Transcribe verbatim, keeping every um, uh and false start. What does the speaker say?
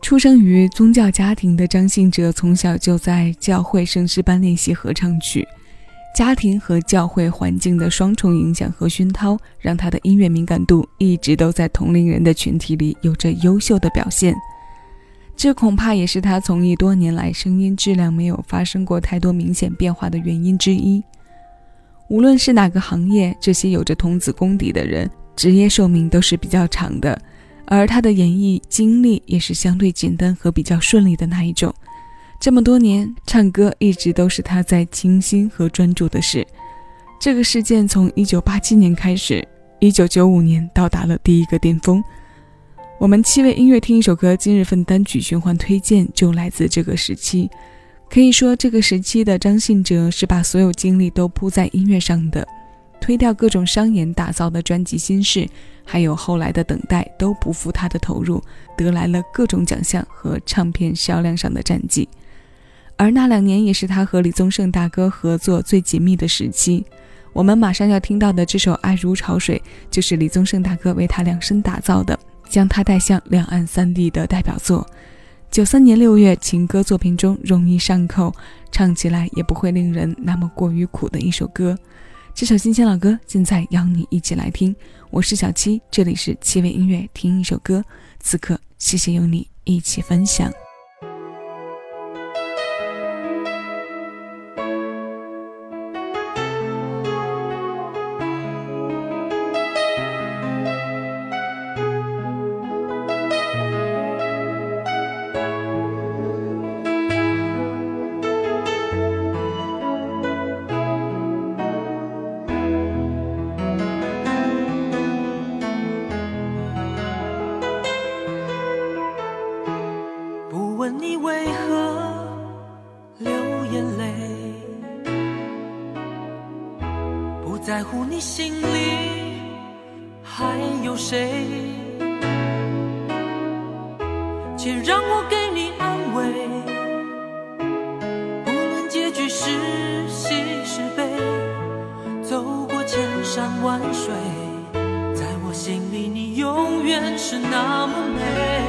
出生于宗教家庭的张信哲从小就在教会圣诗班练习合唱曲，家庭和教会环境的双重影响和熏陶，让他的音乐敏感度一直都在同龄人的群体里有着优秀的表现。这恐怕也是他从艺多年来声音质量没有发生过太多明显变化的原因之一。无论是哪个行业，这些有着童子功底的人，职业寿命都是比较长的，而他的演艺经历也是相对简单和比较顺利的那一种。这么多年，唱歌一直都是他在精心和专注的事。这个事件从一九八七年开始，一九九五年到达了第一个巅峰。我们七位音乐听一首歌今日份单曲循环推荐就来自这个时期。可以说这个时期的张信哲是把所有精力都扑在音乐上的，推掉各种商演打造的专辑新事，还有后来的等待，都不负他的投入，得来了各种奖项和唱片销量上的战绩。而那两年也是他和李宗盛大哥合作最紧密的时期。我们马上要听到的这首《爱如潮水》，就是李宗盛大哥为他量身打造的，将他带向两岸三地的代表作。九三年六月，情歌作品中容易上口，唱起来也不会令人那么过于苦的一首歌。这首新鲜老歌现在邀你一起来听，我是小七，这里是七味音乐听一首歌，此刻谢谢有你一起分享。 问你为何流眼泪，不在乎你心里还有谁，且让我给你安慰，不论结局是喜是悲，走过千山万水，在我心里你永远是那么美。